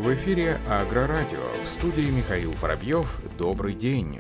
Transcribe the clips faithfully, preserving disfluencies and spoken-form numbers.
В эфире Агрорадио. В студии Михаил Воробьев. Добрый день.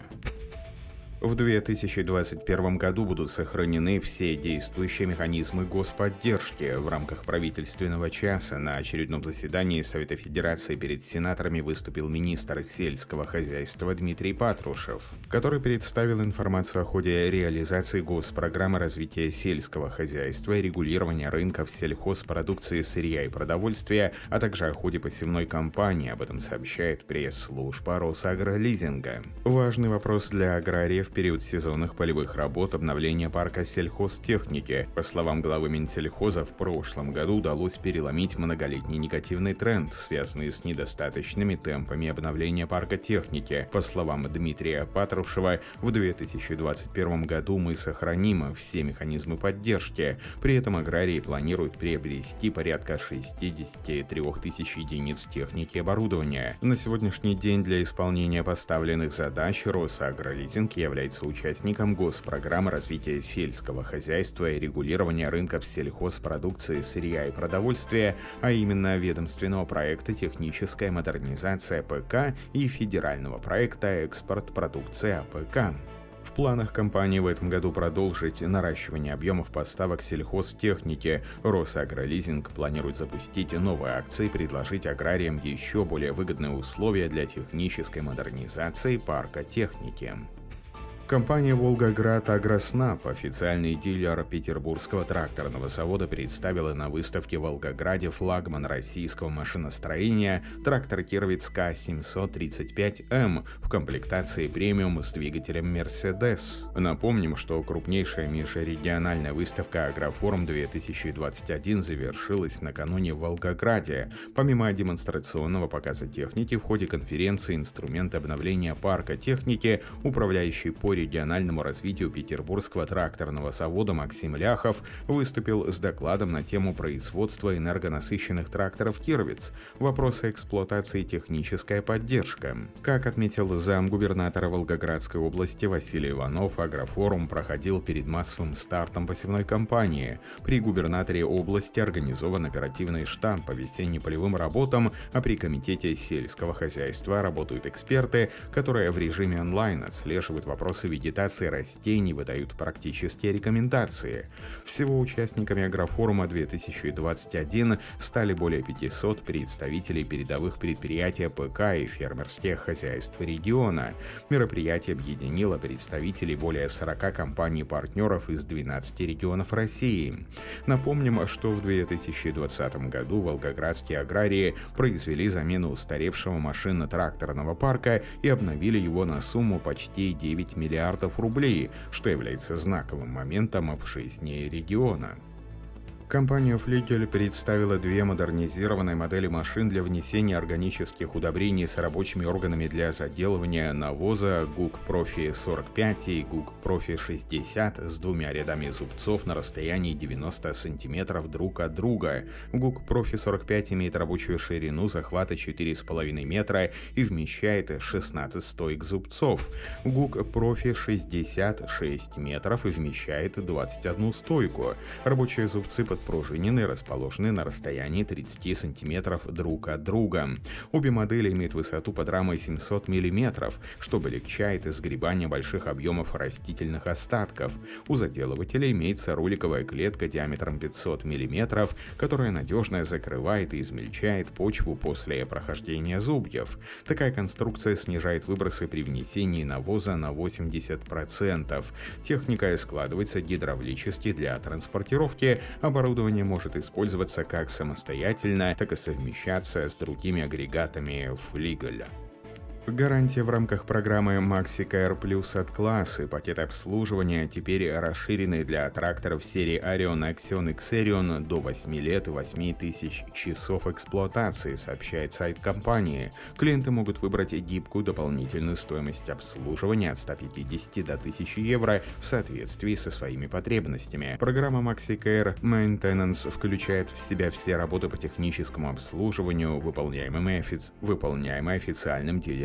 В две тысячи двадцать первом году будут сохранены все действующие механизмы господдержки. В рамках правительственного часа на очередном заседании Совета Федерации перед сенаторами выступил министр сельского хозяйства Дмитрий Патрушев, который представил информацию о ходе реализации госпрограммы развития сельского хозяйства и регулирования рынков сельхозпродукции, сырья и продовольствия, а также о ходе посевной кампании. Об этом сообщает пресс-служба Росагролизинга. Важный вопрос для аграриев в период сезонных полевых работ — обновления парка сельхозтехники. По словам главы Минсельхоза, в прошлом году удалось переломить многолетний негативный тренд, связанный с недостаточными темпами обновления парка техники. По словам Дмитрия Патрушева, в две тысячи двадцать первом году мы сохраним все механизмы поддержки. При этом аграрии планируют приобрести порядка шестьдесят три тысячи единиц техники и оборудования. На сегодняшний день для исполнения поставленных задач Росагролизинг является участником госпрограммы развития сельского хозяйства и регулирования рынков сельхозпродукции, сырья и продовольствия, а именно ведомственного проекта «Техническая модернизация ПК» и федерального проекта «Экспорт продукции АПК». В планах компании в этом году продолжить наращивание объемов поставок сельхозтехники. Росагролизинг планирует запустить новые акции и предложить аграриям еще более выгодные условия для технической модернизации парка техники. Компания «Волгоград Агроснаб», официальный дилер Петербургского тракторного завода, представила на выставке в Волгограде флагман российского машиностроения трактор Кировец К семьсот тридцать пять эм в комплектации премиум с двигателем «Мерседес». Напомним, что крупнейшая межрегиональная выставка «Агрофорум-две тысячи двадцать один» завершилась накануне в Волгограде. Помимо демонстрационного показа техники, в ходе конференции «Инструменты обновления парка техники» управляющий по региональному развитию Петербургского тракторного завода Максим Ляхов выступил с докладом на тему производства энергонасыщенных тракторов «Кировец», вопросы эксплуатации и техническая поддержка. Как отметил замгубернатора Волгоградской области Василий Иванов, агрофорум проходил перед массовым стартом посевной кампании. При губернаторе области организован оперативный штаб по весенне-полевым работам, а при комитете сельского хозяйства работают эксперты, которые в режиме онлайн отслеживают вопросы вегетации растений, выдают практические рекомендации. Всего участниками агрофорума две тысячи двадцать один стали более пятисот представителей передовых предприятий ПК и фермерских хозяйств региона. Мероприятие объединило представителей более сорока компаний-партнеров из двенадцати регионов России. Напомним, что в две тысячи двадцатом году волгоградские аграрии произвели замену устаревшего машинно-тракторного парка и обновили его на сумму почти девять миллиардов рублей, что является знаковым моментом в жизни региона. Компания «Флигель» представила две модернизированные модели машин для внесения органических удобрений с рабочими органами для заделывания навоза ГУК Профи сорок пять и ГУК Профи шестьдесят с двумя рядами зубцов на расстоянии девяносто сантиметров друг от друга. ГУК Профи сорок пять имеет рабочую ширину захвата четыре с половиной метра и вмещает шестнадцать стоек зубцов. ГУК Профи шестьдесят шесть метров и вмещает двадцать одну стойку. Рабочие зубцы под пружинины расположены на расстоянии тридцати сантиметров друг от друга. Обе модели имеют высоту под рамой семьсот миллиметров, что облегчает сгребание больших объемов растительных остатков. У заделывателя имеется роликовая клетка диаметром пятьсот миллиметров, которая надежно закрывает и измельчает почву после прохождения зубьев. Такая конструкция снижает выбросы при внесении навоза на восемьдесят процентов. Техника складывается гидравлически для транспортировки. Оборудование может использоваться как самостоятельно, так и совмещаться с другими агрегатами «Флигель». Гарантия в рамках программы MaxiCare Plus от Class и пакет обслуживания теперь расширены для тракторов серии Arion, Axion и Xerion до восьми лет и восьми тысяч часов эксплуатации, сообщает сайт компании. Клиенты могут выбрать гибкую дополнительную стоимость обслуживания от ста пятидесяти до тысячи евро в соответствии со своими потребностями. Программа MaxiCare Maintenance включает в себя все работы по техническому обслуживанию, выполняемые, офи... выполняемые официальным дилером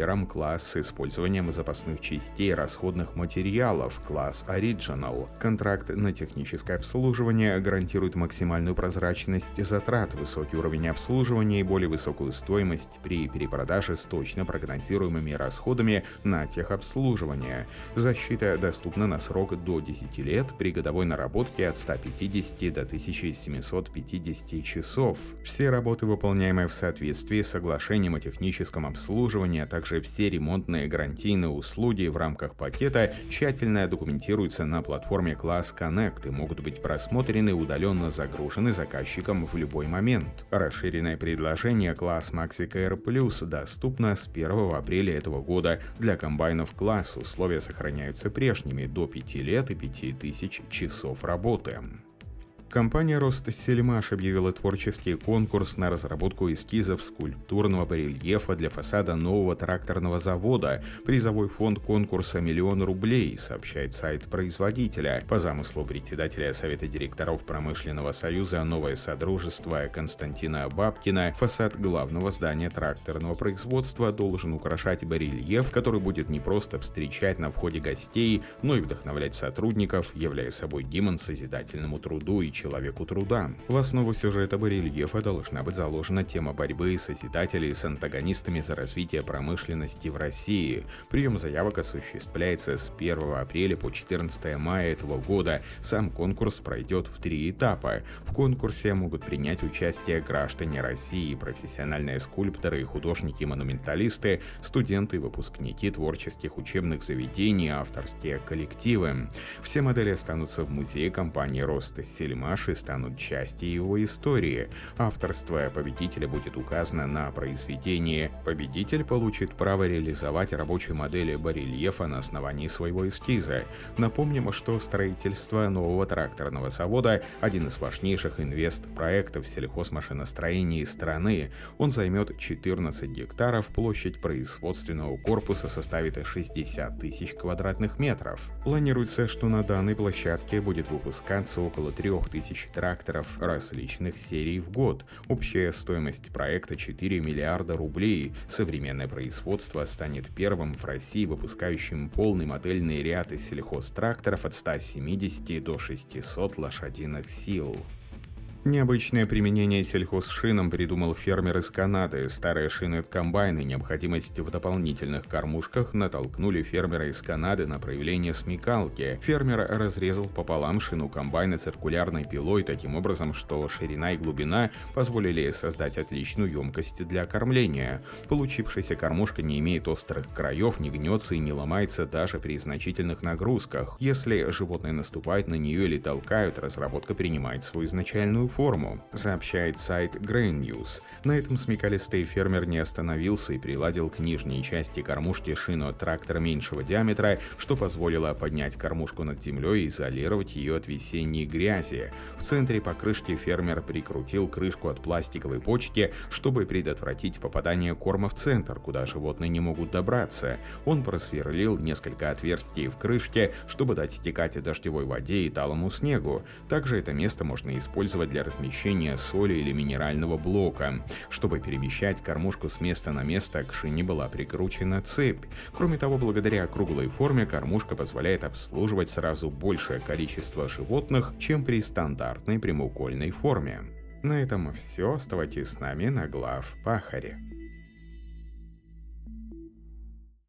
Пассажирам класс с использованием запасных частей и расходных материалов, класс Original. Контракт на техническое обслуживание гарантирует максимальную прозрачность затрат, высокий уровень обслуживания и более высокую стоимость при перепродаже с точно прогнозируемыми расходами на техобслуживание. Защита доступна на срок до десяти лет при годовой наработке от ста пятидесяти до тысячи семисот пятидесяти часов. Все работы, выполняемые в соответствии с соглашением о техническом обслуживании, а также все ремонтные гарантийные услуги в рамках пакета тщательно документируются на платформе Class Connect и могут быть просмотрены и удаленно загружены заказчиком в любой момент. Расширенное предложение Class MaxiCare Plus доступно с первого апреля этого года. Для комбайнов класс условия сохраняются прежними до пяти лет и пяти тысяч часов работы. Компания «Россельмаш» объявила творческий конкурс на разработку эскизов скульптурного барельефа для фасада нового тракторного завода. Призовой фонд конкурса — миллион рублей, сообщает сайт производителя. По замыслу председателя Совета директоров Промышленного союза «Новое Содружество» Константина Бабкина, фасад главного здания тракторного производства должен украшать барельеф, который будет не просто встречать на входе гостей, но и вдохновлять сотрудников, являя собой гимн созидательному труду и человеку труда. В основу сюжета барельефа должна быть заложена тема борьбы созидателей с антагонистами за развитие промышленности в России. Прием заявок осуществляется с первого апреля по четырнадцатое мая этого года. Сам конкурс пройдет в три этапа. В конкурсе могут принять участие граждане России, профессиональные скульпторы и художники-монументалисты, студенты и выпускники творческих учебных заведений, авторские коллективы. Все модели останутся в музее компании «Россельмаш» и станут частью его истории. Авторство победителя будет указано на произведении. Победитель получит право реализовать рабочие модели барельефа на основании своего эскиза. Напомним, что строительство нового тракторного завода – один из важнейших инвестпроектов в сельхозмашиностроении страны. Он займет четырнадцать гектаров, площадь производственного корпуса составит шестьдесят тысяч квадратных метров. Планируется, что на данной площадке будет выпускаться около трех тысяч тракторов различных серий в год. Общая стоимость проекта четыре миллиарда рублей. Современное производство станет первым в России выпускающим полный модельный ряд из сельхозтракторов от ста семидесяти до шестисот лошадиных сил. Необычное применение сельхозшинам придумал фермер из Канады. Старые шины от комбайна и необходимость в дополнительных кормушках натолкнули фермера из Канады на проявление смекалки. Фермер разрезал пополам шину комбайна циркулярной пилой таким образом, что ширина и глубина позволили создать отличную емкость для кормления. Получившаяся кормушка не имеет острых краев, не гнется и не ломается даже при значительных нагрузках. Если животные наступают на нее или толкают, разработка принимает свою изначальную форму, сообщает сайт Grain News. На этом смекалистый фермер не остановился и приладил к нижней части кормушки шину от трактора меньшего диаметра, что позволило поднять кормушку над землей и изолировать ее от весенней грязи. В центре покрышки фермер прикрутил крышку от пластиковой почки, чтобы предотвратить попадание корма в центр, куда животные не могут добраться. Он просверлил несколько отверстий в крышке, чтобы дать стекать дождевой воде и талому снегу. Также это место можно использовать для размещения соли или минерального блока. Чтобы перемещать кормушку с места на место, к шине была прикручена цепь. Кроме того, благодаря круглой форме кормушка позволяет обслуживать сразу большее количество животных, чем при стандартной прямоугольной форме. На этом все. Оставайтесь с нами на Глав Пахаре.